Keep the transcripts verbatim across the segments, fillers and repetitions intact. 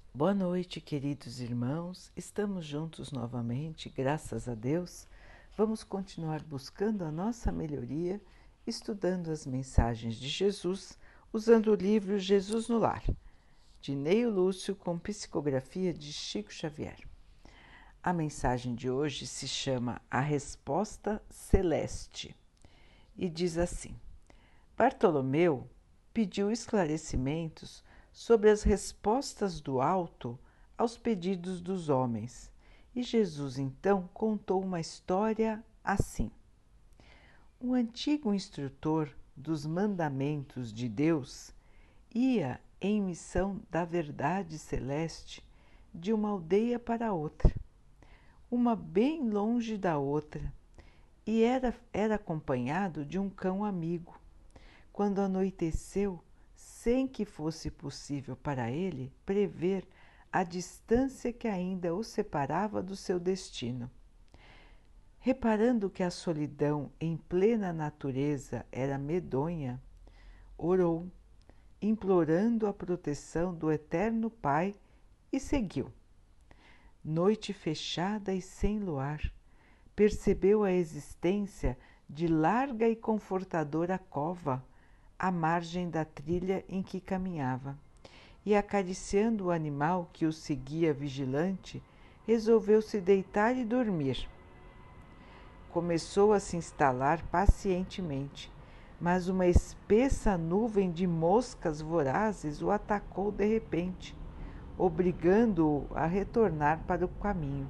Boa noite, queridos irmãos. Estamos juntos novamente, graças a Deus. Vamos continuar buscando a nossa melhoria, estudando as mensagens de Jesus, usando o livro Jesus no Lar, de Neio Lúcio, com psicografia de Chico Xavier. A mensagem de hoje se chama A Resposta Celeste e diz assim: Bartolomeu pediu esclarecimentos sobre as respostas do alto aos pedidos dos homens. E Jesus então contou uma história assim. Um antigo instrutor dos mandamentos de Deus ia em missão da verdade celeste de uma aldeia para outra, uma bem longe da outra, e era, era acompanhado de um cão amigo. Quando anoiteceu, sem que fosse possível para ele prever a distância que ainda o separava do seu destino. Reparando que a solidão em plena natureza era medonha, orou, implorando a proteção do Eterno Pai, e seguiu. Noite fechada e sem luar, percebeu a existência de larga e confortadora cova à margem da trilha em que caminhava, e acariciando o animal que o seguia vigilante, resolveu se deitar e dormir. Começou a se instalar pacientemente, mas uma espessa nuvem de moscas vorazes o atacou de repente, obrigando-o a retornar para o caminho.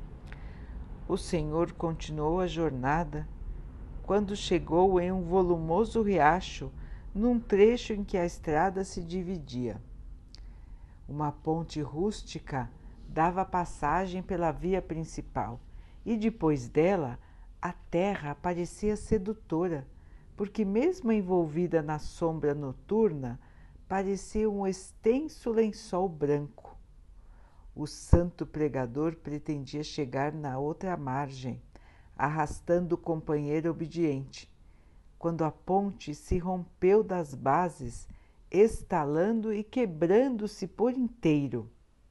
O Senhor continuou a jornada quando chegou em um volumoso riacho, num trecho em que a estrada se dividia. Uma ponte rústica dava passagem pela via principal, e depois dela a terra parecia sedutora, porque mesmo envolvida na sombra noturna, parecia um extenso lençol branco. O santo pregador pretendia chegar na outra margem, arrastando o companheiro obediente, quando a ponte se rompeu das bases, estalando e quebrando-se por inteiro.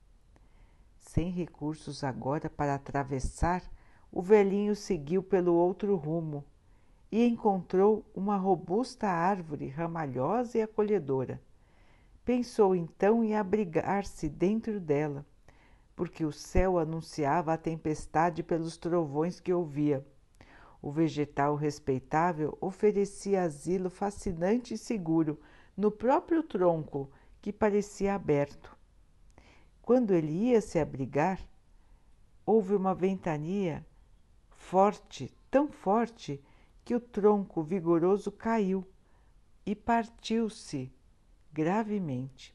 Sem recursos agora para atravessar, o velhinho seguiu pelo outro rumo e encontrou uma robusta árvore ramalhosa e acolhedora. Pensou então em abrigar-se dentro dela, porque o céu anunciava a tempestade pelos trovões que ouvia. O vegetal respeitável oferecia asilo fascinante e seguro no próprio tronco, que parecia aberto. Quando ele ia se abrigar, houve uma ventania forte, tão forte, que o tronco vigoroso caiu e partiu-se gravemente.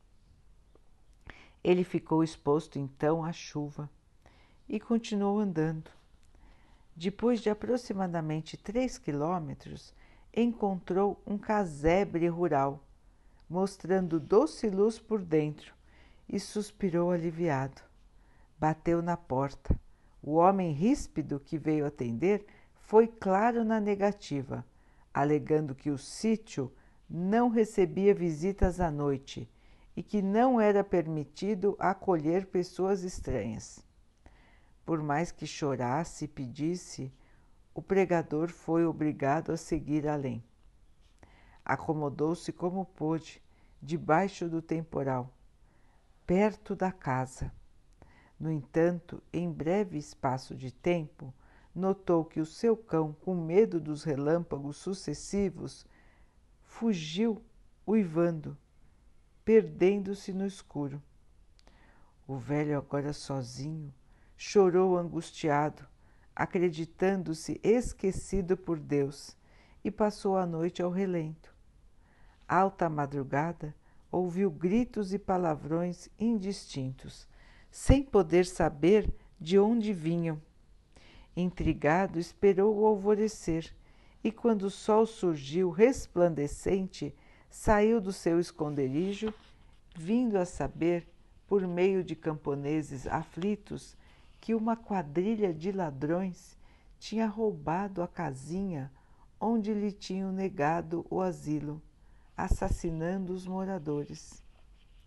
Ele ficou exposto então à chuva e continuou andando. Depois de aproximadamente três quilômetros, encontrou um casebre rural, mostrando doce luz por dentro, e suspirou aliviado. Bateu na porta. O homem ríspido que veio atender foi claro na negativa, alegando que o sítio não recebia visitas à noite e que não era permitido acolher pessoas estranhas. Por mais que chorasse e pedisse, o pregador foi obrigado a seguir além. Acomodou-se como pôde, debaixo do temporal, perto da casa. No entanto, em breve espaço de tempo, notou que o seu cão, com medo dos relâmpagos sucessivos, fugiu uivando, perdendo-se no escuro. O velho, agora sozinho, chorou angustiado, acreditando-se esquecido por Deus, e passou a noite ao relento. Alta madrugada, ouviu gritos e palavrões indistintos, sem poder saber de onde vinham. Intrigado, esperou o alvorecer, e quando o sol surgiu resplandecente, saiu do seu esconderijo, vindo a saber, por meio de camponeses aflitos, que uma quadrilha de ladrões tinha roubado a casinha onde lhe tinham negado o asilo, assassinando os moradores.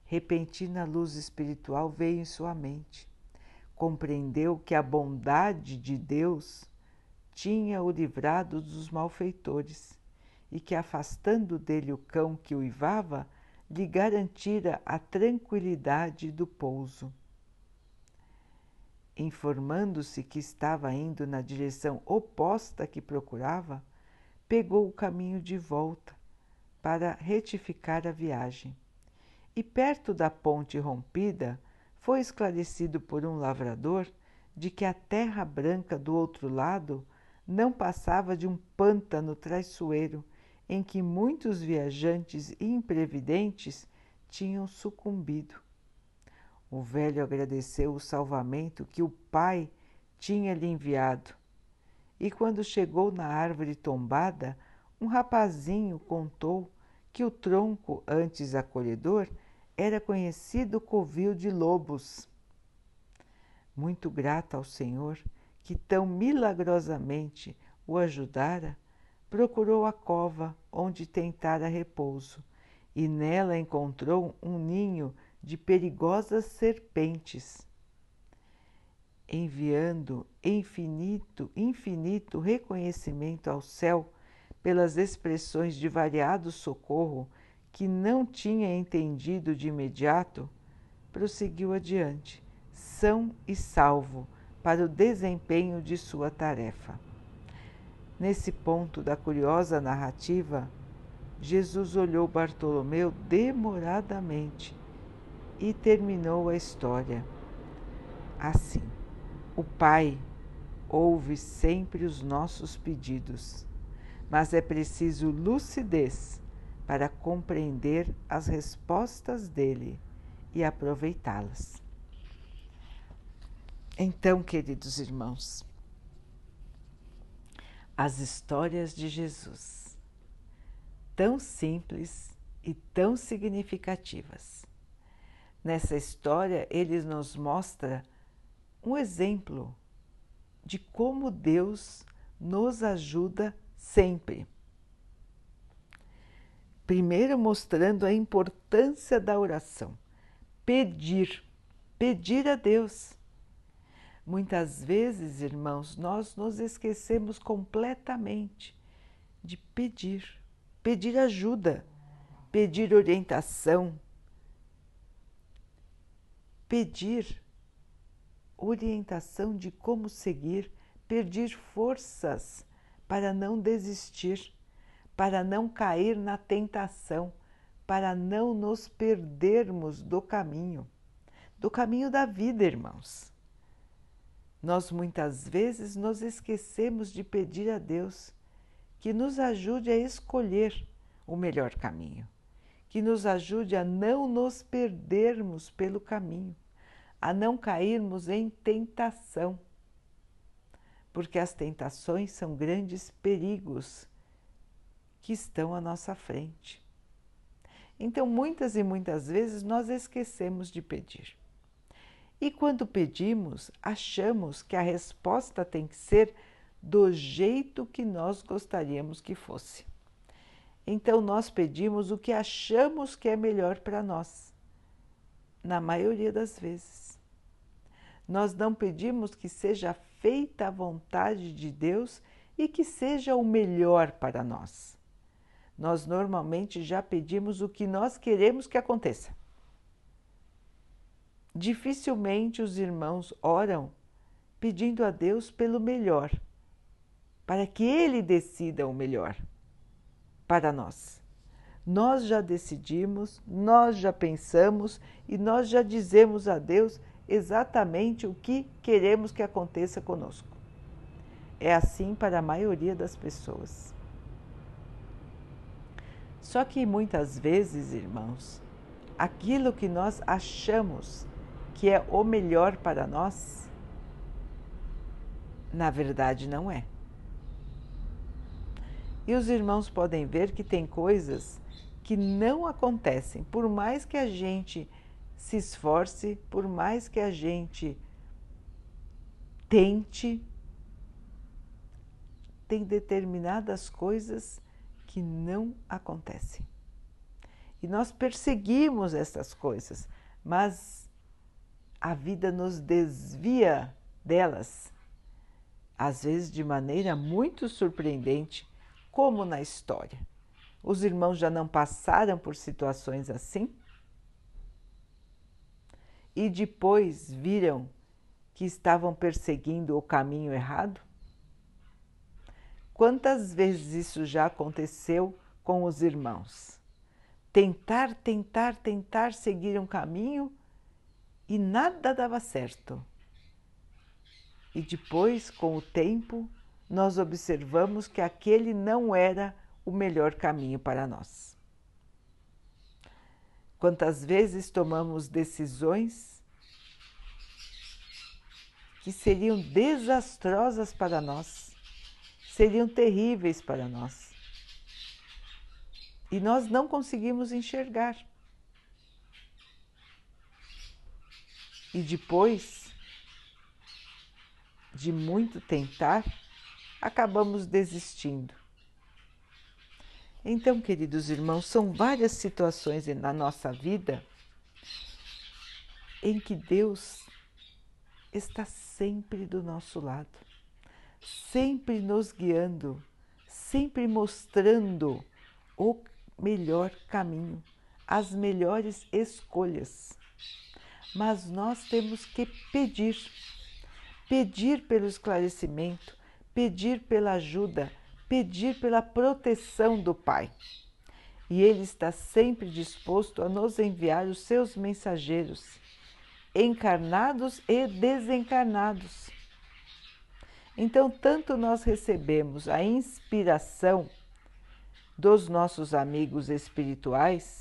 repentina luz espiritual veio em sua mente. Compreendeu que a bondade de Deus tinha-o livrado dos malfeitores e que, afastando dele o cão que uivava, lhe garantira a tranquilidade do pouso. Informando-se que estava indo na direção oposta que procurava, pegou o caminho de volta para retificar a viagem. E perto da ponte rompida, foi esclarecido por um lavrador de que a terra branca do outro lado não passava de um pântano traiçoeiro em que muitos viajantes imprevidentes tinham sucumbido. O velho agradeceu o salvamento que o pai tinha lhe enviado, e quando chegou na árvore tombada, um rapazinho contou que o tronco antes acolhedor era conhecido covil de lobos. Muito grato ao Senhor, que tão milagrosamente o ajudara, procurou a cova onde tentara repouso, e nela encontrou um ninho de perigosas serpentes. Enviando infinito, infinito reconhecimento ao céu pelas expressões de variado socorro que não tinha entendido de imediato, prosseguiu adiante, são e salvo, para o desempenho de sua tarefa. Nesse ponto da curiosa narrativa, Jesus olhou Bartolomeu demoradamente e terminou a história. Assim, o Pai ouve sempre os nossos pedidos, mas é preciso lucidez para compreender as respostas dele e aproveitá-las. Então, queridos irmãos, as histórias de Jesus, tão simples e tão significativas. Nessa história, ele nos mostra um exemplo de como Deus nos ajuda sempre. Primeiro, mostrando a importância da oração. Pedir, pedir a Deus. Muitas vezes, irmãos, nós nos esquecemos completamente de pedir, pedir ajuda, pedir orientação, pedir orientação de como seguir, pedir forças para não desistir, para não cair na tentação, para não nos perdermos do caminho, do caminho da vida, irmãos. Nós muitas vezes nos esquecemos de pedir a Deus que nos ajude a escolher o melhor caminho, que nos ajude a não nos perdermos pelo caminho, a não cairmos em tentação, porque as tentações são grandes perigos que estão à nossa frente. Então, muitas e muitas vezes nós esquecemos de pedir. E quando pedimos, achamos que a resposta tem que ser do jeito que nós gostaríamos que fosse. Então, nós pedimos o que achamos que é melhor para nós, na maioria das vezes. Nós não pedimos que seja feita a vontade de Deus e que seja o melhor para nós. Nós normalmente já pedimos o que nós queremos que aconteça. Dificilmente os irmãos oram pedindo a Deus pelo melhor, para que Ele decida o melhor para nós. Nós já decidimos, nós já pensamos e nós já dizemos a Deus exatamente o que queremos que aconteça conosco. É assim para a maioria das pessoas. Só que muitas vezes, irmãos, aquilo que nós achamos que é o melhor para nós, na verdade não é. E os irmãos podem ver que tem coisas que não acontecem, por mais que a gente se esforce, por mais que a gente tente, tem determinadas coisas que não acontecem. e nós perseguimos essas coisas, mas a vida nos desvia delas, às vezes de maneira muito surpreendente, como na história. Os irmãos já não passaram por situações assim? E depois viram que estavam perseguindo o caminho errado? Quantas vezes isso já aconteceu com os irmãos? Tentar, tentar, tentar seguir um caminho e nada dava certo. E depois, com o tempo, nós observamos que aquele não era o melhor caminho para nós. Quantas vezes tomamos decisões que seriam desastrosas para nós, seriam terríveis para nós, e nós não conseguimos enxergar. E depois de muito tentar, acabamos desistindo. Então, queridos irmãos, são várias situações na nossa vida em que Deus está sempre do nosso lado, sempre nos guiando, sempre mostrando o melhor caminho, as melhores escolhas. Mas nós temos que pedir, pedir pelo esclarecimento, pedir pela ajuda, pedir pela proteção do Pai. E Ele está sempre disposto a nos enviar os seus mensageiros, encarnados e desencarnados. Então, tanto nós recebemos a inspiração dos nossos amigos espirituais,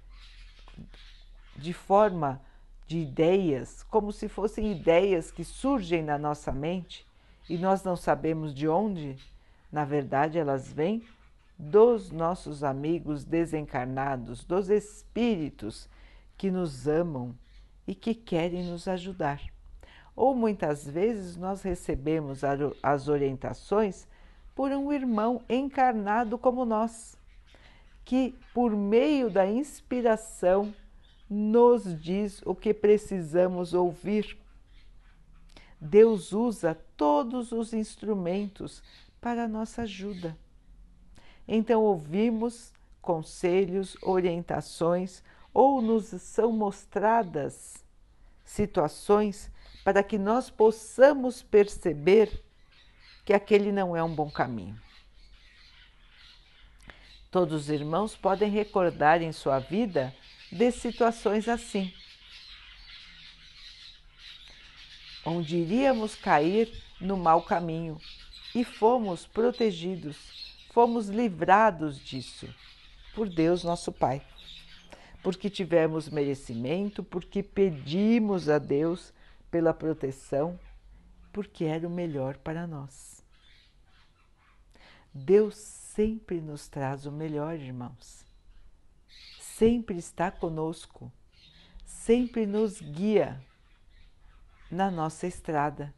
de forma de ideias, como se fossem ideias que surgem na nossa mente e nós não sabemos de onde. Na verdade, elas vêm dos nossos amigos desencarnados, dos espíritos que nos amam e que querem nos ajudar. Ou muitas vezes nós recebemos as orientações por um irmão encarnado como nós, que por meio da inspiração nos diz o que precisamos ouvir. Deus usa todos os instrumentos para a nossa ajuda. Então ouvimos conselhos, orientações, ou nos são mostradas situações para que nós possamos perceber que aquele não é um bom caminho. Todos os irmãos podem recordar em sua vida de situações assim, onde iríamos cair no mau caminho e fomos protegidos, fomos livrados disso por Deus nosso Pai, porque tivemos merecimento, porque pedimos a Deus pela proteção, porque era o melhor para nós. Deus sempre nos traz o melhor, irmãos. Sempre está conosco, sempre nos guia na nossa estrada.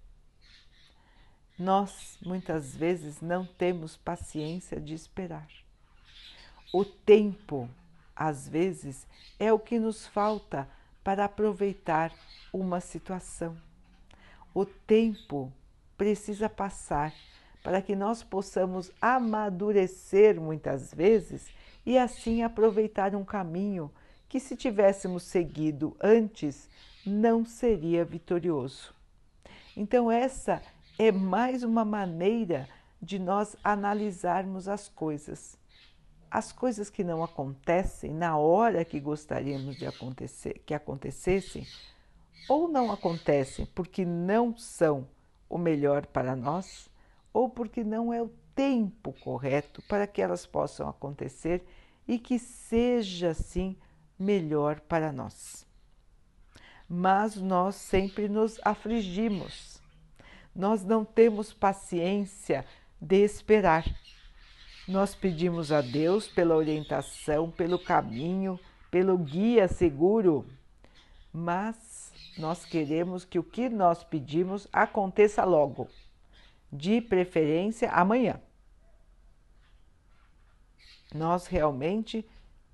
Nós, muitas vezes, não temos paciência de esperar. O tempo, às vezes, é o que nos falta para aproveitar uma situação. O tempo precisa passar para que nós possamos amadurecer muitas vezes e assim aproveitar um caminho que, se tivéssemos seguido antes, não seria vitorioso. Então, essa é mais uma maneira de nós analisarmos as coisas. As coisas que não acontecem na hora que gostaríamos de acontecer, que acontecessem, ou não acontecem porque não são o melhor para nós, ou porque não é o tempo correto para que elas possam acontecer e que seja, assim, melhor para nós. Mas nós sempre nos afligimos, nós não temos paciência de esperar. Nós pedimos a Deus pela orientação, pelo caminho, pelo guia seguro, mas nós queremos que o que nós pedimos aconteça logo, de preferência amanhã. Nós realmente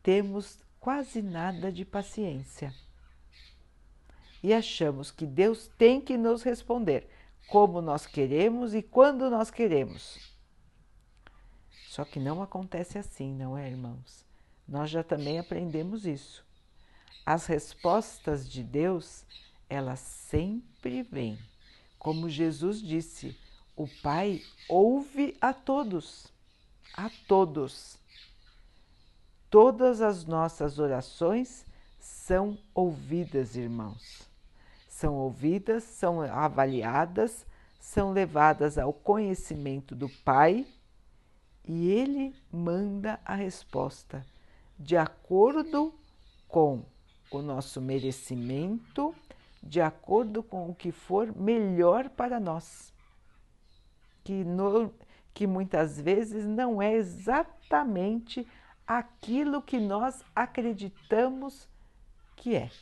temos quase nada de paciência. E achamos que Deus tem que nos responder como nós queremos e quando nós queremos. Só que não acontece assim, não é, irmãos? Nós já também aprendemos isso. As respostas de Deus, elas sempre vêm. Como Jesus disse, o Pai ouve a todos, a todos. Todas as nossas orações são ouvidas, irmãos. São ouvidas, são avaliadas, são levadas ao conhecimento do Pai e Ele manda a resposta de acordo com o nosso merecimento, de acordo com o que for melhor para nós. Que, no, que muitas vezes não é exatamente aquilo que nós acreditamos que é.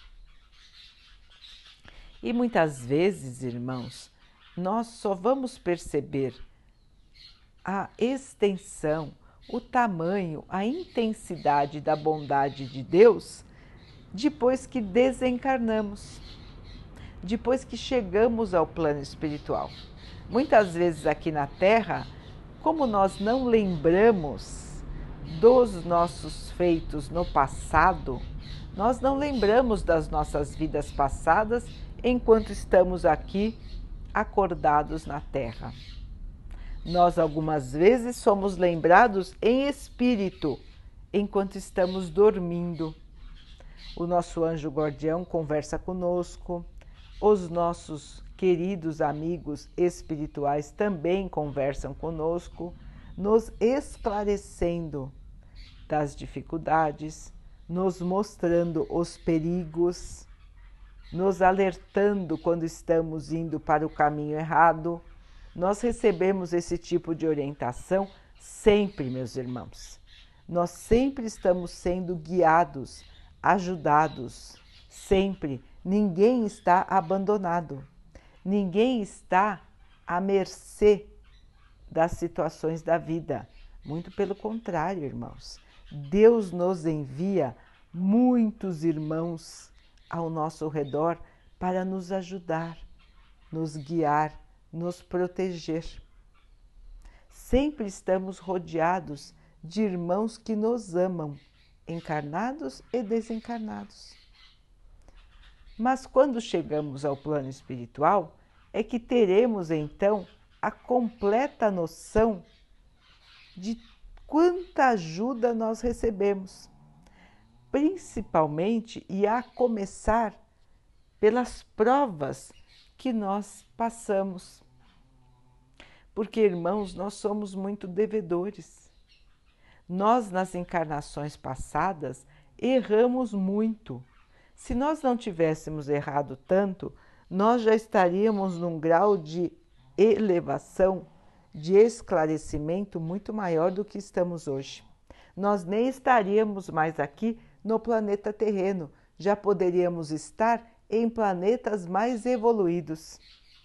E muitas vezes, irmãos, nós só vamos perceber a extensão, o tamanho, a intensidade da bondade de Deus depois que desencarnamos, depois que chegamos ao plano espiritual. Muitas vezes aqui na Terra, como nós não lembramos dos nossos feitos no passado, nós não lembramos das nossas vidas passadas enquanto estamos aqui acordados na Terra. Nós algumas vezes somos lembrados em espírito enquanto estamos dormindo. O nosso anjo guardião conversa conosco, os nossos queridos amigos espirituais também conversam conosco, nos esclarecendo das dificuldades, nos mostrando os perigos, nos alertando quando estamos indo para o caminho errado. Nós recebemos esse tipo de orientação sempre, meus irmãos. Nós sempre estamos sendo guiados, ajudados, sempre. Ninguém está abandonado, ninguém está à mercê das situações da vida. Muito pelo contrário, irmãos. Deus nos envia muitos irmãos ao nosso redor para nos ajudar, nos guiar, nos proteger. Sempre estamos rodeados de irmãos que nos amam, encarnados e desencarnados. Mas quando chegamos ao plano espiritual, é que teremos então a completa noção de quanta ajuda nós recebemos, principalmente e a começar pelas provas que nós passamos. Porque, irmãos, nós somos muito devedores. Nós, nas encarnações passadas, erramos muito. Se nós não tivéssemos errado tanto, nós já estaríamos num grau de elevação, de esclarecimento muito maior do que estamos hoje. Nós nem estaríamos mais aqui no planeta terreno, já poderíamos estar em planetas mais evoluídos.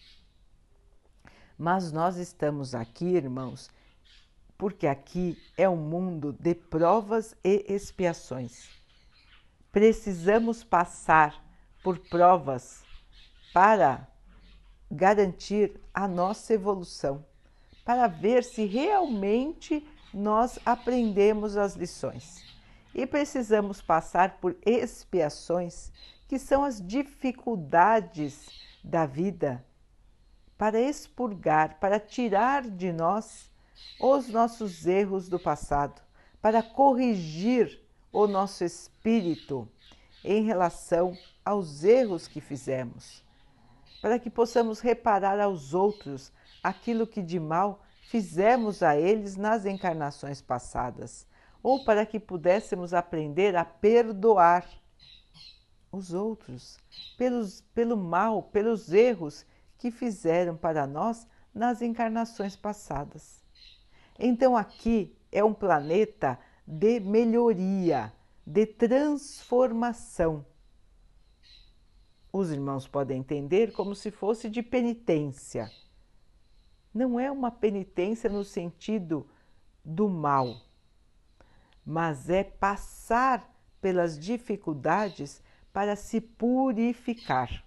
Mas nós estamos aqui, irmãos, porque aqui é um mundo de provas e expiações. Precisamos passar por provas para garantir a nossa evolução, para ver se realmente nós aprendemos as lições. E precisamos passar por expiações, que são as dificuldades da vida, para expurgar, para tirar de nós os nossos erros do passado, para corrigir o nosso espírito em relação aos erros que fizemos, para que possamos reparar aos outros aquilo que de mal fizemos a eles nas encarnações passadas, ou para que pudéssemos aprender a perdoar os outros pelos, pelo mal, pelos erros que fizeram para nós nas encarnações passadas. Então aqui é um planeta de melhoria, de transformação. Os irmãos podem entender como se fosse de penitência. Não é uma penitência no sentido do mal. mas é passar pelas dificuldades para se purificar.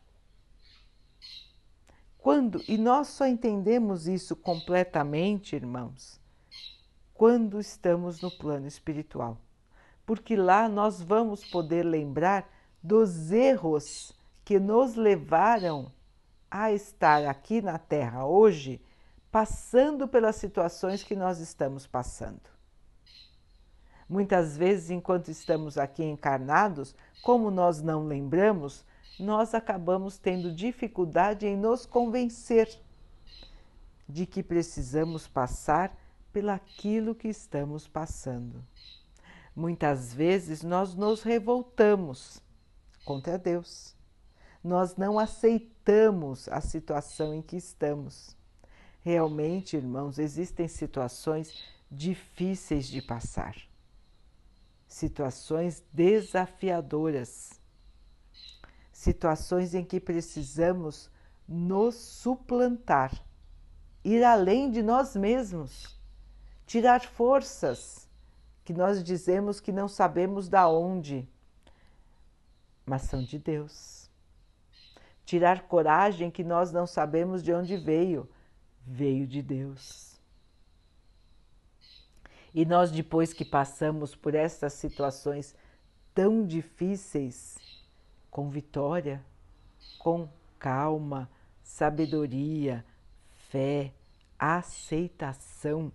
Quando, e nós só entendemos isso completamente, irmãos, quando estamos no plano espiritual, porque lá nós vamos poder lembrar dos erros que nos levaram a estar aqui na Terra hoje, passando pelas situações que nós estamos passando. Muitas vezes, enquanto estamos aqui encarnados, como nós não lembramos, nós acabamos tendo dificuldade em nos convencer de que precisamos passar pelaquilo que estamos passando. Muitas vezes nós nos revoltamos contra Deus. Nós não aceitamos a situação em que estamos. Realmente, irmãos, existem situações difíceis de passar. Situações desafiadoras. Situações em que precisamos nos suplantar, ir além de nós mesmos, tirar forças que nós dizemos que não sabemos da onde, mas são de Deus. Tirar coragem que nós não sabemos de onde veio, veio de Deus. E nós, depois que passamos por essas situações tão difíceis, com vitória, com calma, sabedoria, fé, aceitação,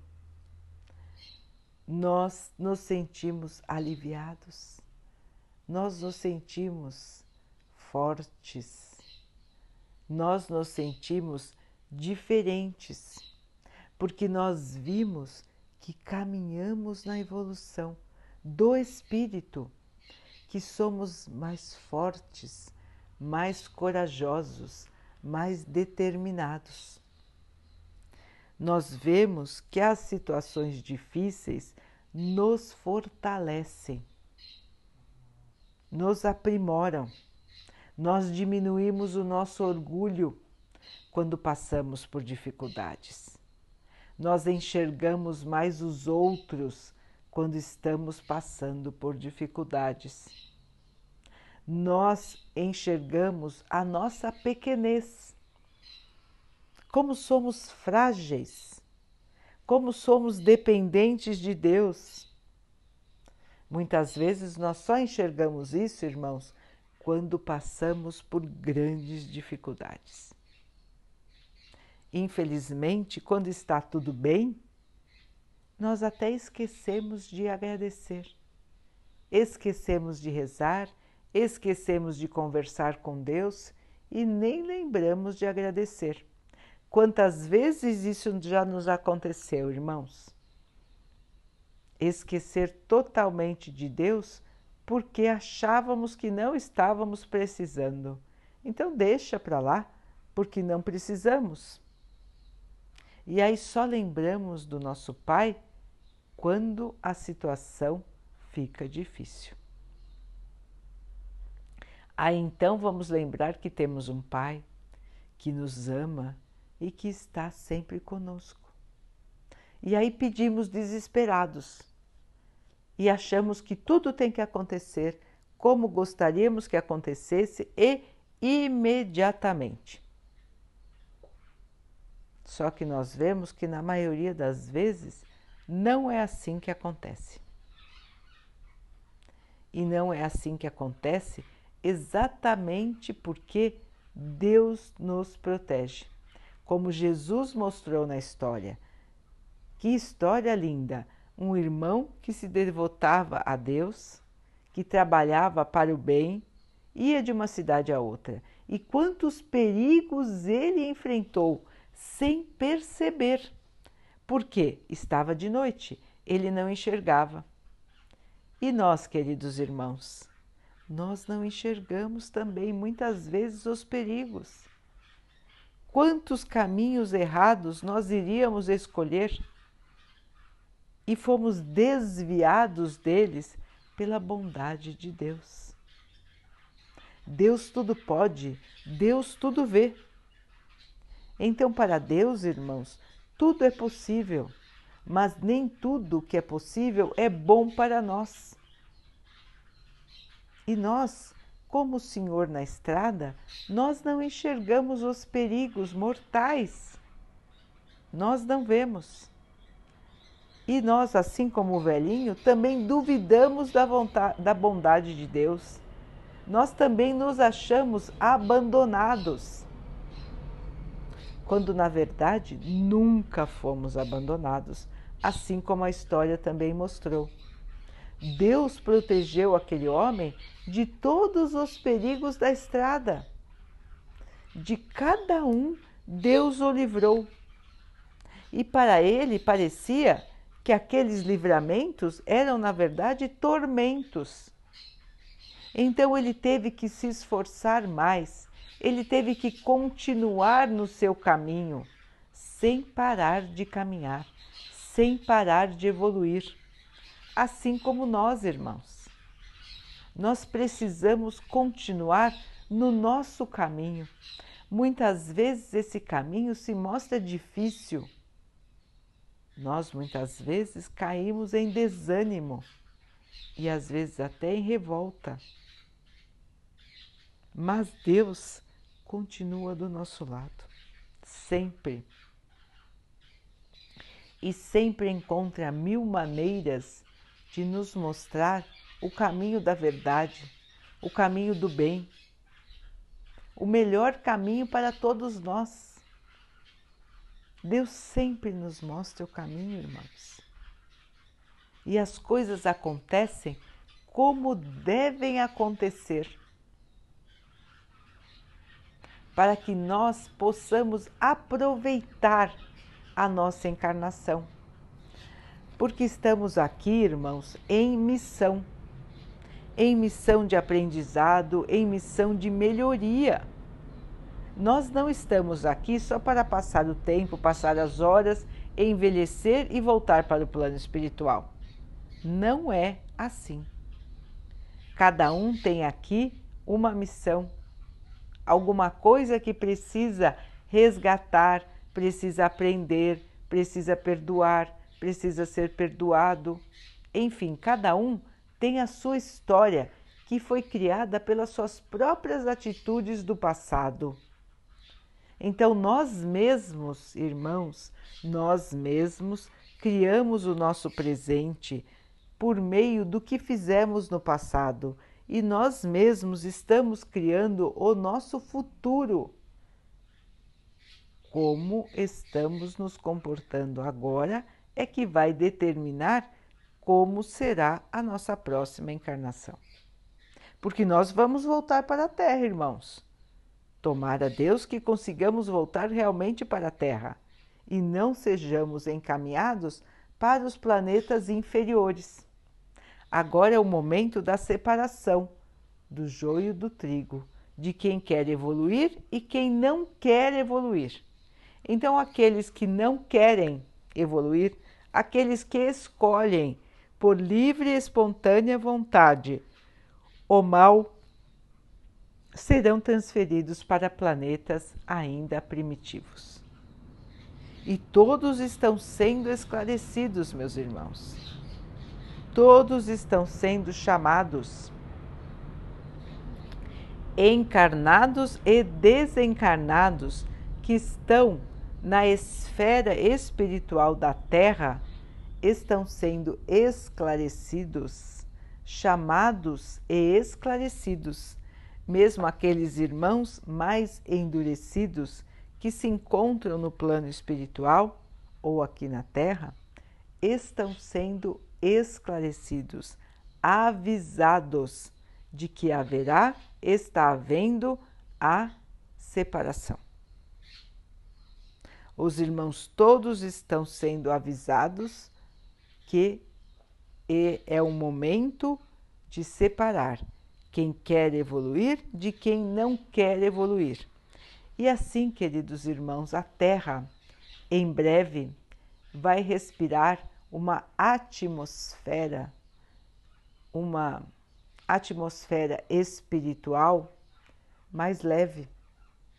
nós nos sentimos aliviados, nós nos sentimos fortes, nós nos sentimos diferentes, porque nós vimos que caminhamos na evolução do espírito, que somos mais fortes, mais corajosos, mais determinados. Nós vemos que as situações difíceis nos fortalecem, nos aprimoram. Nós diminuímos o nosso orgulho quando passamos por dificuldades. Nós enxergamos mais os outros quando estamos passando por dificuldades. Nós enxergamos a nossa pequenez, como somos frágeis, como somos dependentes de Deus. Muitas vezes nós só enxergamos isso, irmãos, quando passamos por grandes dificuldades. Infelizmente, quando está tudo bem, nós até esquecemos de agradecer, esquecemos de rezar, esquecemos de conversar com Deus e nem lembramos de agradecer. Quantas vezes isso já nos aconteceu, irmãos? Esquecer totalmente de Deus porque achávamos que não estávamos precisando. Então deixa para lá, porque não precisamos. E aí só lembramos do nosso Pai quando a situação fica difícil. Aí então vamos lembrar que temos um Pai que nos ama e que está sempre conosco. E aí pedimos desesperados e achamos que tudo tem que acontecer como gostaríamos que acontecesse e imediatamente. Só que nós vemos que na maioria das vezes não é assim que acontece. E não é assim que acontece exatamente porque Deus nos protege. Como Jesus mostrou na história. Que história linda! Um irmão que se devotava a Deus, que trabalhava para o bem, ia de uma cidade a outra. E quantos perigos ele enfrentou sem perceber, porque estava de noite, ele não enxergava. E nós, queridos irmãos, nós não enxergamos também muitas vezes os perigos. Quantos caminhos errados nós iríamos escolher e fomos desviados deles pela bondade de Deus. Deus tudo pode, Deus tudo vê. Então, para Deus, irmãos, tudo é possível. mas nem tudo que é possível é bom para nós. E nós, como o Senhor na estrada, nós não enxergamos os perigos mortais. Nós não vemos. E nós, assim como o velhinho, também duvidamos da vontade, da bondade de Deus. Nós também nos achamos abandonados, quando na verdade nunca fomos abandonados, assim como a história também mostrou. Deus protegeu aquele homem de todos os perigos da estrada. De cada um, Deus o livrou. E para ele parecia que aqueles livramentos eram, na verdade, tormentos. Então ele teve que se esforçar mais, ele teve que continuar no seu caminho, sem parar de caminhar, sem parar de evoluir. Assim como nós, irmãos. Nós precisamos continuar no nosso caminho. Muitas vezes esse caminho se mostra difícil. Nós muitas vezes caímos em desânimo e às vezes até em revolta. Mas Deus continua do nosso lado, sempre. E sempre encontra mil maneiras de nos mostrar o caminho da verdade, o caminho do bem, o melhor caminho para todos nós. Deus sempre nos mostra o caminho, irmãos. E as coisas acontecem como devem acontecer, para que nós possamos aproveitar a nossa encarnação. Porque estamos aqui, irmãos, em missão, em missão de aprendizado, em missão de melhoria. Nós não estamos aqui só para passar o tempo, passar as horas, envelhecer e voltar para o plano espiritual. Não é assim. Cada um tem aqui uma missão, alguma coisa que precisa resgatar, precisa aprender, precisa perdoar, precisa ser perdoado. Enfim, cada um tem a sua história que foi criada pelas suas próprias atitudes do passado. Então, nós mesmos, irmãos, nós mesmos criamos o nosso presente por meio do que fizemos no passado e nós mesmos estamos criando o nosso futuro. Como estamos nos comportando agora é que vai determinar como será a nossa próxima encarnação. Porque nós vamos voltar para a Terra, irmãos. Tomara a Deus que consigamos voltar realmente para a Terra e não sejamos encaminhados para os planetas inferiores. Agora é o momento da separação do joio do trigo, de quem quer evoluir e quem não quer evoluir. Então, aqueles que não querem evoluir, aqueles que escolhem por livre e espontânea vontade o mal, serão transferidos para planetas ainda primitivos. E todos estão sendo esclarecidos, meus irmãos. Todos estão sendo chamados, encarnados e desencarnados, que estão na esfera espiritual da Terra, estão sendo esclarecidos, chamados e esclarecidos. Mesmo aqueles irmãos mais endurecidos que se encontram no plano espiritual ou aqui na Terra, estão sendo esclarecidos, avisados de que haverá, está havendo a separação. Os irmãos todos estão sendo avisados que é o momento de separar quem quer evoluir de quem não quer evoluir. E assim, queridos irmãos, a Terra, em breve, vai respirar uma atmosfera, uma atmosfera espiritual mais leve.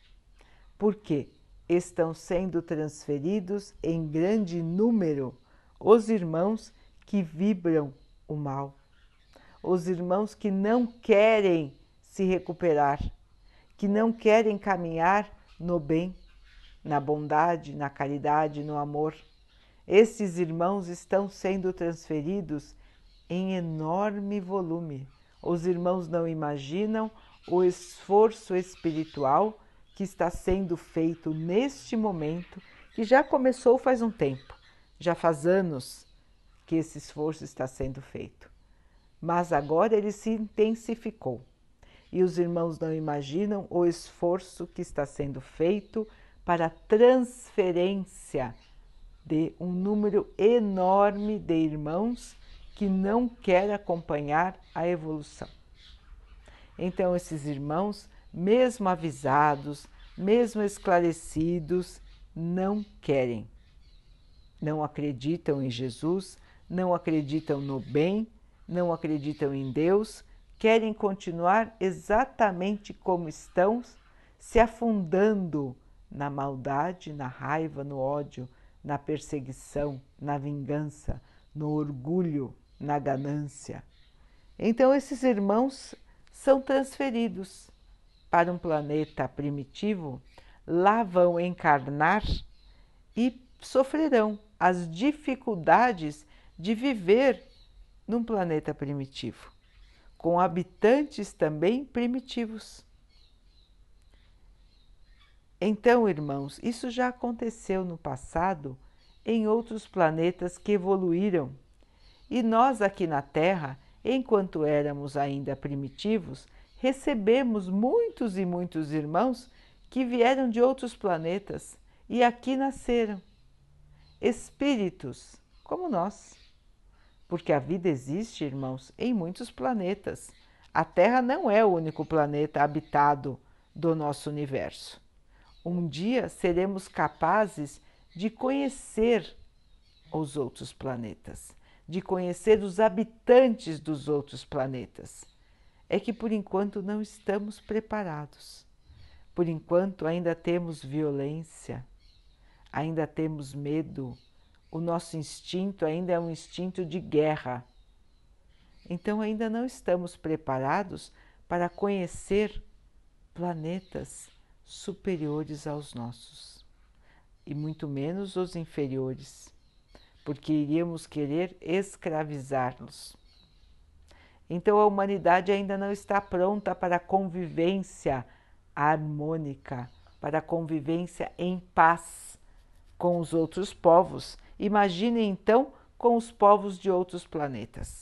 Por quê? Estão sendo transferidos em grande número os irmãos que vibram o mal, os irmãos que não querem se recuperar, que não querem caminhar no bem, na bondade, na caridade, no amor. Esses irmãos estão sendo transferidos em enorme volume. Os irmãos não imaginam o esforço espiritual que está sendo feito neste momento, que já começou faz um tempo, já faz anos que esse esforço está sendo feito. Mas agora ele se intensificou. E os irmãos não imaginam o esforço que está sendo feito para a transferência de um número enorme de irmãos que não quer acompanhar a evolução. Então esses irmãos, mesmo avisados, mesmo esclarecidos, não querem. Não acreditam em Jesus, não acreditam no bem, não acreditam em Deus, querem continuar exatamente como estão, se afundando na maldade, na raiva, no ódio, na perseguição, na vingança, no orgulho, na ganância. Então esses irmãos são transferidos para um planeta primitivo, lá vão encarnar e sofrerão as dificuldades de viver num planeta primitivo, com habitantes também primitivos. Então, irmãos, isso já aconteceu no passado em outros planetas que evoluíram. E nós aqui na Terra, enquanto éramos ainda primitivos, recebemos muitos e muitos irmãos que vieram de outros planetas e aqui nasceram. Espíritos como nós. Porque a vida existe, irmãos, em muitos planetas. A Terra não é o único planeta habitado do nosso universo. Um dia seremos capazes de conhecer os outros planetas, de conhecer os habitantes dos outros planetas. É que por enquanto não estamos preparados. Por enquanto ainda temos violência, ainda temos medo. O nosso instinto ainda é um instinto de guerra. Então ainda não estamos preparados para conhecer planetas superiores aos nossos, e muito menos os inferiores, porque iríamos querer escravizá-los. Então a humanidade ainda não está pronta para a convivência harmônica, para a convivência em paz com os outros povos. Imaginem então com os povos de outros planetas.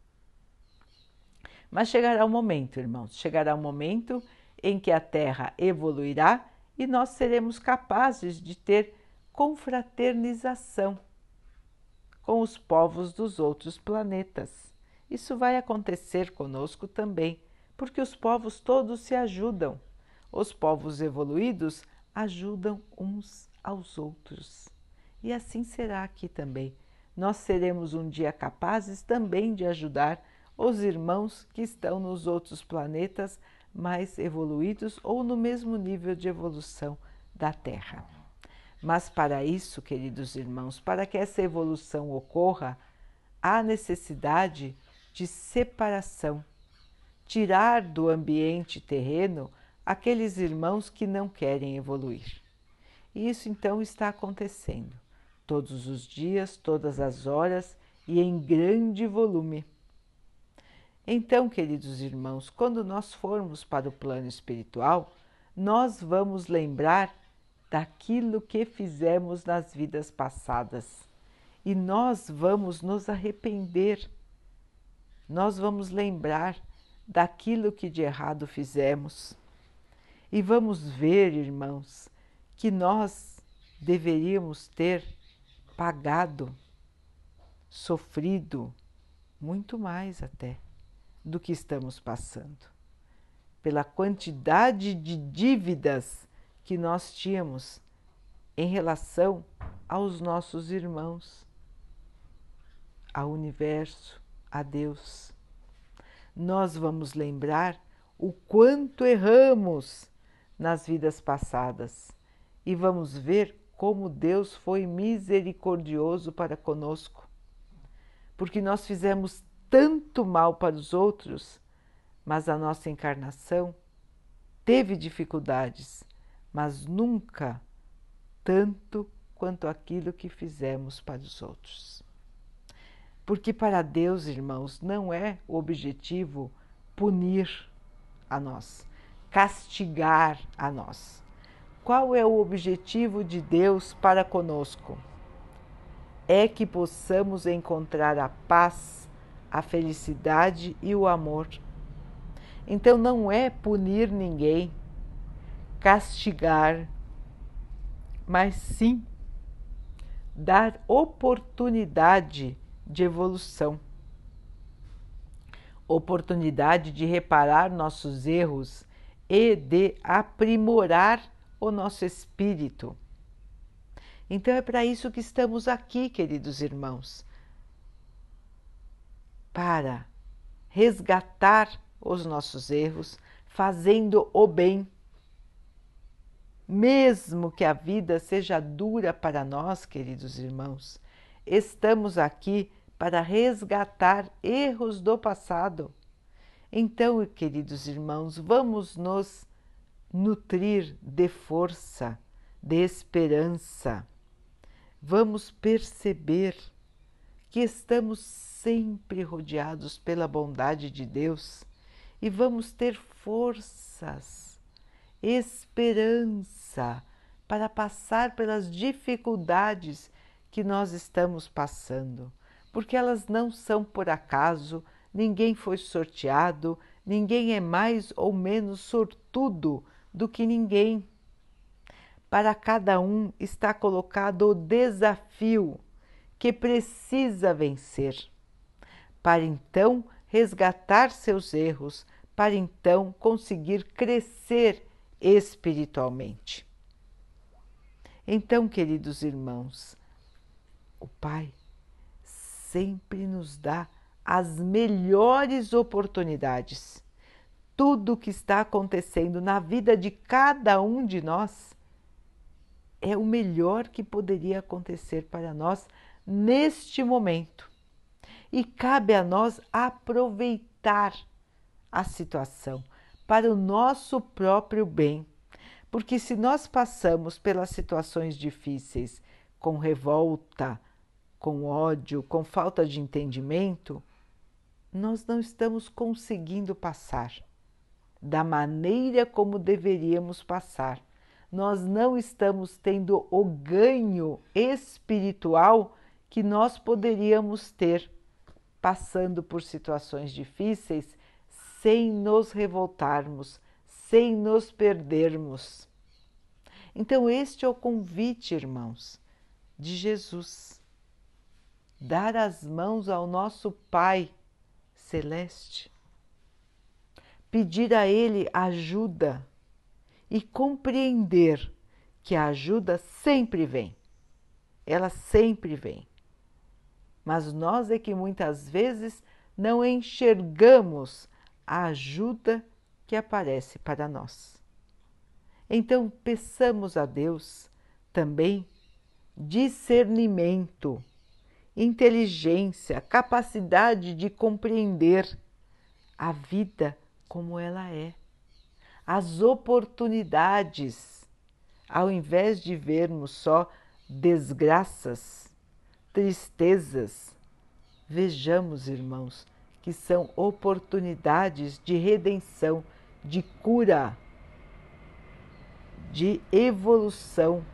Mas chegará um momento, irmãos, chegará um momento em que a Terra evoluirá e nós seremos capazes de ter confraternização com os povos dos outros planetas. Isso vai acontecer conosco também, porque os povos todos se ajudam. Os povos evoluídos ajudam uns aos outros. E assim será aqui também. Nós seremos um dia capazes também de ajudar os irmãos que estão nos outros planetas mais evoluídos ou no mesmo nível de evolução da Terra. Mas para isso, queridos irmãos, para que essa evolução ocorra, há necessidade de separação, tirar do ambiente terreno aqueles irmãos que não querem evoluir. E isso então está acontecendo todos os dias, todas as horas e em grande volume. Então, queridos irmãos, quando nós formos para o plano espiritual, nós vamos lembrar daquilo que fizemos nas vidas passadas e nós vamos nos arrepender, nós vamos lembrar daquilo que de errado fizemos e vamos ver, irmãos, que nós deveríamos ter pagado, sofrido muito mais até do que estamos passando, pela quantidade de dívidas que nós tínhamos em relação aos nossos irmãos, ao universo, a Deus. Nós vamos lembrar o quanto erramos nas vidas passadas e vamos ver como Deus foi misericordioso para conosco porque nós fizemos tanto mal para os outros, mas a nossa encarnação teve dificuldades, mas nunca tanto quanto aquilo que fizemos para os outros. Porque para Deus, irmãos, não é o objetivo punir a nós, castigar a nós. Qual é o objetivo de Deus para conosco? É que possamos encontrar a paz, a felicidade e o amor. Então não é punir ninguém, castigar, mas sim dar oportunidade de evolução, oportunidade de reparar nossos erros e de aprimorar o nosso espírito. Então é para isso que estamos aqui, queridos irmãos, para resgatar os nossos erros, fazendo o bem. Mesmo que a vida seja dura para nós, queridos irmãos, estamos aqui para resgatar erros do passado. Então, queridos irmãos, vamos nos nutrir de força, de esperança. Vamos perceber que estamos sempre rodeados pela bondade de Deus e vamos ter forças, esperança para passar pelas dificuldades que nós estamos passando, porque elas não são por acaso, ninguém foi sorteado, ninguém é mais ou menos sortudo do que ninguém. Para cada um está colocado o desafio que precisa vencer, para então resgatar seus erros, para então conseguir crescer espiritualmente. Então, queridos irmãos, o Pai sempre nos dá as melhores oportunidades. Tudo o que está acontecendo na vida de cada um de nós é o melhor que poderia acontecer para nós neste momento. E cabe a nós aproveitar a situação para o nosso próprio bem. Porque se nós passamos pelas situações difíceis com revolta, com ódio, com falta de entendimento, nós não estamos conseguindo passar da maneira como deveríamos passar. Nós não estamos tendo o ganho espiritual que nós poderíamos ter passando por situações difíceis sem nos revoltarmos, sem nos perdermos. Então este é o convite, irmãos, de Jesus. Dar as mãos ao nosso Pai Celeste, pedir a Ele ajuda e compreender que a ajuda sempre vem, ela sempre vem. Mas nós é que muitas vezes não enxergamos a ajuda que aparece para nós. Então peçamos a Deus também discernimento, inteligência, capacidade de compreender a vida como ela é, as oportunidades, ao invés de vermos só desgraças, tristezas, vejamos, irmãos, que são oportunidades de redenção, de cura, de evolução,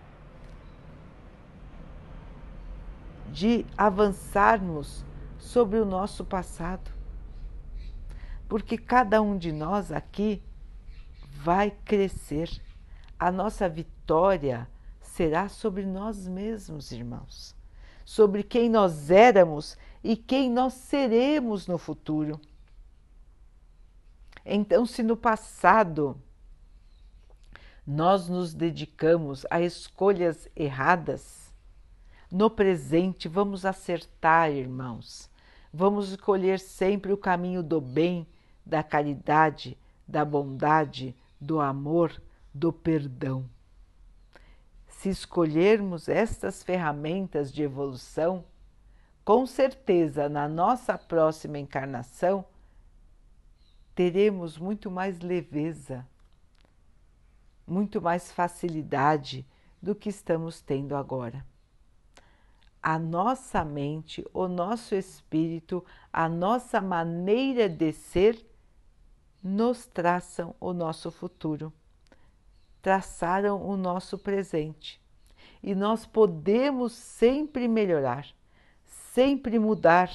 de avançarmos sobre o nosso passado. Porque cada um de nós aqui vai crescer. A nossa vitória será sobre nós mesmos, irmãos, sobre quem nós éramos e quem nós seremos no futuro. Então, se no passado nós nos dedicamos a escolhas erradas, no presente vamos acertar, irmãos. Vamos escolher sempre o caminho do bem, da caridade, da bondade, do amor, do perdão. Se escolhermos estas ferramentas de evolução, com certeza na nossa próxima encarnação teremos muito mais leveza, muito mais facilidade do que estamos tendo agora. A nossa mente, o nosso espírito, a nossa maneira de ser nos traçam o nosso futuro, traçaram o nosso presente. E nós podemos sempre melhorar, sempre mudar,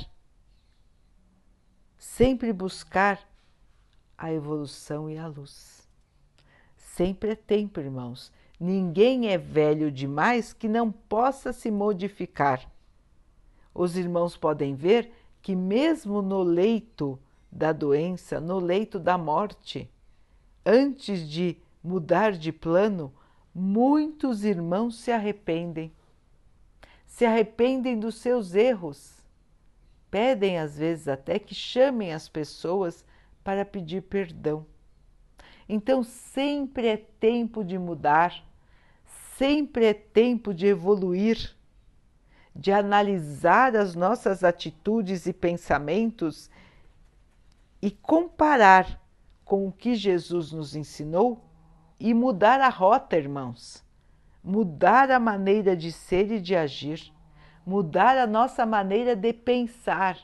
sempre buscar a evolução e a luz. Sempre é tempo, irmãos. Ninguém é velho demais que não possa se modificar. Os irmãos podem ver que mesmo no leito da doença, no leito da morte, antes de mudar de plano, muitos irmãos se arrependem. Se arrependem dos seus erros. Pedem às vezes até que chamem as pessoas para pedir perdão. Então sempre é tempo de mudar, sempre é tempo de evoluir, de analisar as nossas atitudes e pensamentos e comparar com o que Jesus nos ensinou e mudar a rota, irmãos. Mudar a maneira de ser e de agir, mudar a nossa maneira de pensar.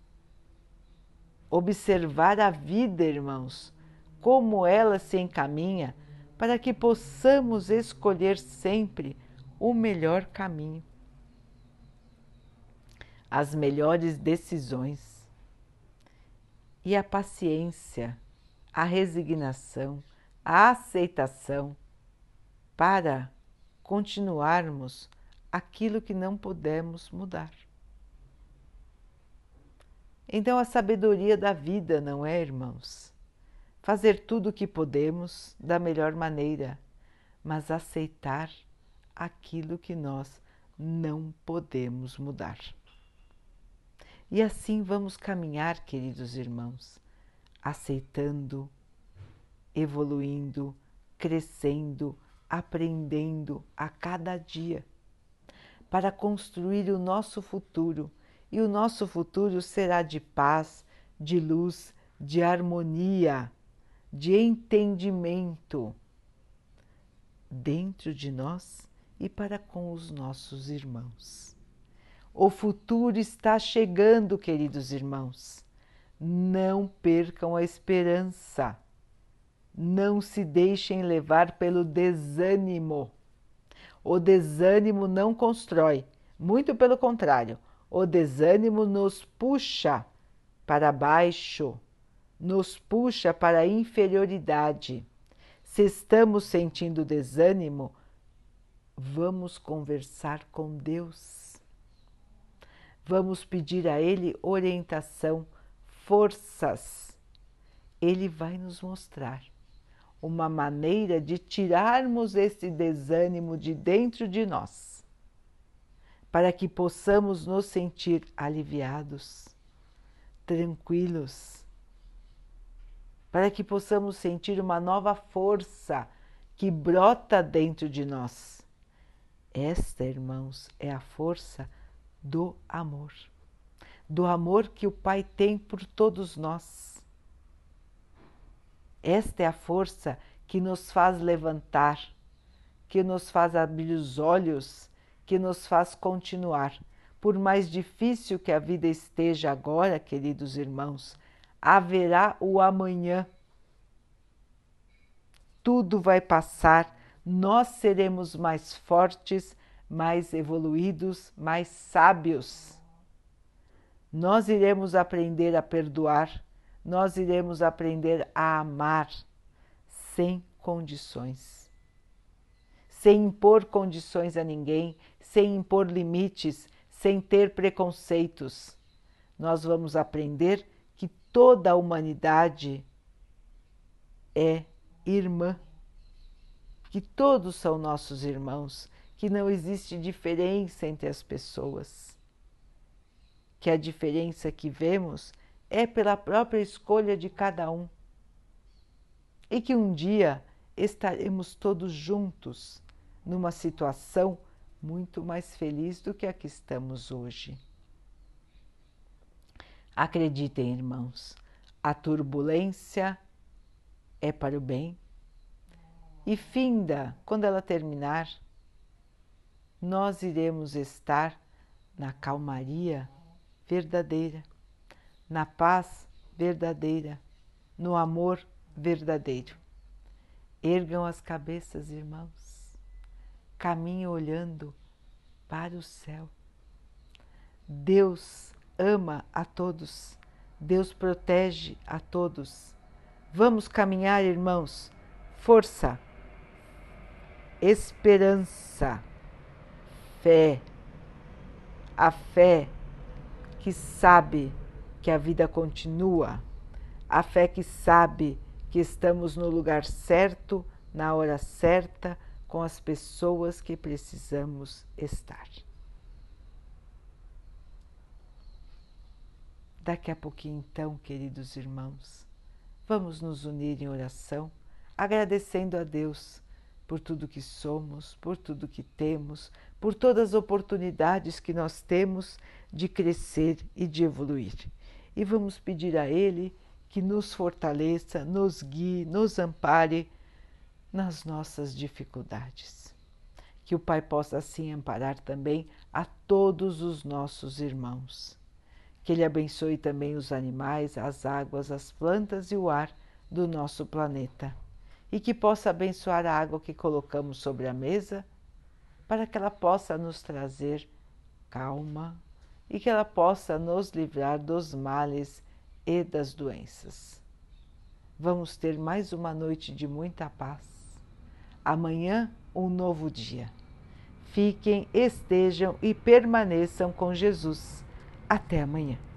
Observar a vida, irmãos, como ela se encaminha para que possamos escolher sempre o melhor caminho, as melhores decisões. E a paciência, a resignação, a aceitação para continuarmos aquilo que não podemos mudar. Então, a sabedoria da vida, não é, irmãos? Fazer tudo o que podemos da melhor maneira, mas aceitar aquilo que nós não podemos mudar. E assim vamos caminhar, queridos irmãos, aceitando, evoluindo, crescendo, aprendendo a cada dia, para construir o nosso futuro. E o nosso futuro será de paz, de luz, de harmonia, de entendimento dentro de nós e para com os nossos irmãos. O futuro está chegando, queridos irmãos. Não percam a esperança. Não se deixem levar pelo desânimo. O desânimo não constrói, muito pelo contrário. O desânimo nos puxa para baixo, nos puxa para a inferioridade. Se estamos sentindo desânimo, vamos conversar com Deus. Vamos pedir a Ele orientação, forças. Ele vai nos mostrar uma maneira de tirarmos esse desânimo de dentro de nós, para que possamos nos sentir aliviados, tranquilos, para que possamos sentir uma nova força que brota dentro de nós. Esta, irmãos, é a força do amor, do amor que o Pai tem por todos nós. Esta é a força que nos faz levantar, que nos faz abrir os olhos, que nos faz continuar. Por mais difícil que a vida esteja agora, queridos irmãos, haverá o amanhã. Tudo vai passar, nós seremos mais fortes, mais evoluídos, mais sábios. Nós iremos aprender a perdoar, nós iremos aprender a amar sem condições, sem impor condições a ninguém, sem impor limites, sem ter preconceitos. Nós vamos aprender que toda a humanidade é irmã, que todos são nossos irmãos, que não existe diferença entre as pessoas, que a diferença que vemos é pela própria escolha de cada um e que um dia estaremos todos juntos numa situação muito mais feliz do que a que estamos hoje. Acreditem, irmãos, a turbulência é para o bem e finda, quando ela terminar, nós iremos estar na calmaria verdadeira, na paz verdadeira, no amor verdadeiro. Ergam as cabeças, irmãos, caminhem olhando para o céu. Deus ama a todos, Deus protege a todos. Vamos caminhar, irmãos, força, esperança, fé, a fé que sabe que a vida continua, a fé que sabe que estamos no lugar certo, na hora certa, com as pessoas que precisamos estar. Daqui a pouquinho, então, queridos irmãos, vamos nos unir em oração, agradecendo a Deus por tudo que somos, por tudo que temos, por todas as oportunidades que nós temos de crescer e de evoluir. E vamos pedir a Ele que nos fortaleça, nos guie, nos ampare nas nossas dificuldades. Que o Pai possa assim amparar também a todos os nossos irmãos. Que Ele abençoe também os animais, as águas, as plantas e o ar do nosso planeta. E que possa abençoar a água que colocamos sobre a mesa, para que ela possa nos trazer calma e que ela possa nos livrar dos males e das doenças. Vamos ter mais uma noite de muita paz. Amanhã, um novo dia. Fiquem, estejam e permaneçam com Jesus. Até amanhã.